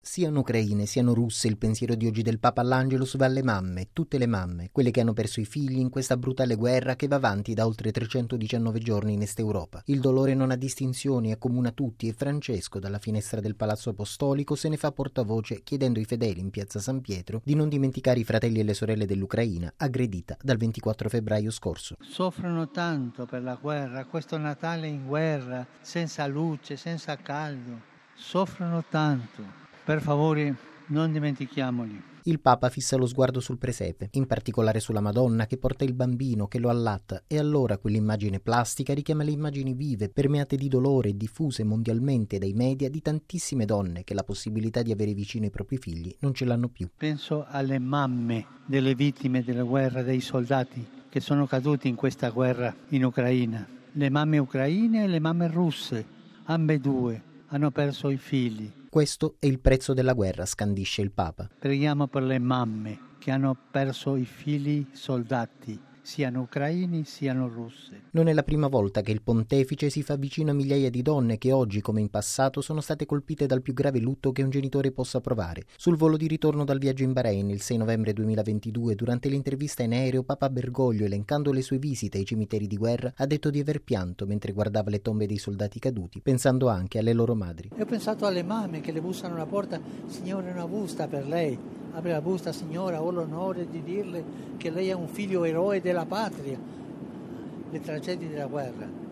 Siano ucraine, siano russe, il pensiero di oggi del Papa all'Angelus va alle mamme, tutte le mamme, quelle che hanno perso i figli in questa brutale guerra che va avanti da oltre 319 giorni in Est Europa. Il dolore non ha distinzioni, accomuna tutti e Francesco, dalla finestra del Palazzo Apostolico, se ne fa portavoce chiedendo ai fedeli in piazza San Pietro di non dimenticare i fratelli e le sorelle dell'Ucraina, aggredita dal 24 febbraio scorso. Soffrono tanto per la guerra, questo Natale in guerra, senza luce, senza caldo. Soffrono tanto. Per favore, non dimentichiamoli. Il Papa fissa lo sguardo sul presepe, in particolare sulla Madonna che porta il bambino, che lo allatta, e allora quell'immagine plastica richiama le immagini vive, permeate di dolore e diffuse mondialmente dai media di tantissime donne che la possibilità di avere vicino i propri figli non ce l'hanno più. Penso alle mamme delle vittime della guerra, dei soldati che sono caduti in questa guerra in Ucraina. Le mamme ucraine e le mamme russe, ambedue, hanno perso i figli. Questo è il prezzo della guerra, scandisce il Papa. Preghiamo per le mamme che hanno perso i figli soldati, siano ucraini siano russe. Non è la prima volta che il pontefice si fa vicino a migliaia di donne che oggi, come in passato, sono state colpite dal più grave lutto che un genitore possa provare. Sul volo di ritorno dal viaggio in Bahrain il 6 novembre 2022, durante l'intervista in aereo, Papa Bergoglio, elencando le sue visite ai cimiteri di guerra, ha detto di aver pianto mentre guardava le tombe dei soldati caduti, pensando anche alle loro madri. Ho pensato alle mamme che le bussano alla porta, signore, una busta per lei. Apre la busta, signora, ho l'onore di dirle che lei è un figlio eroe della patria. Le tragedie della guerra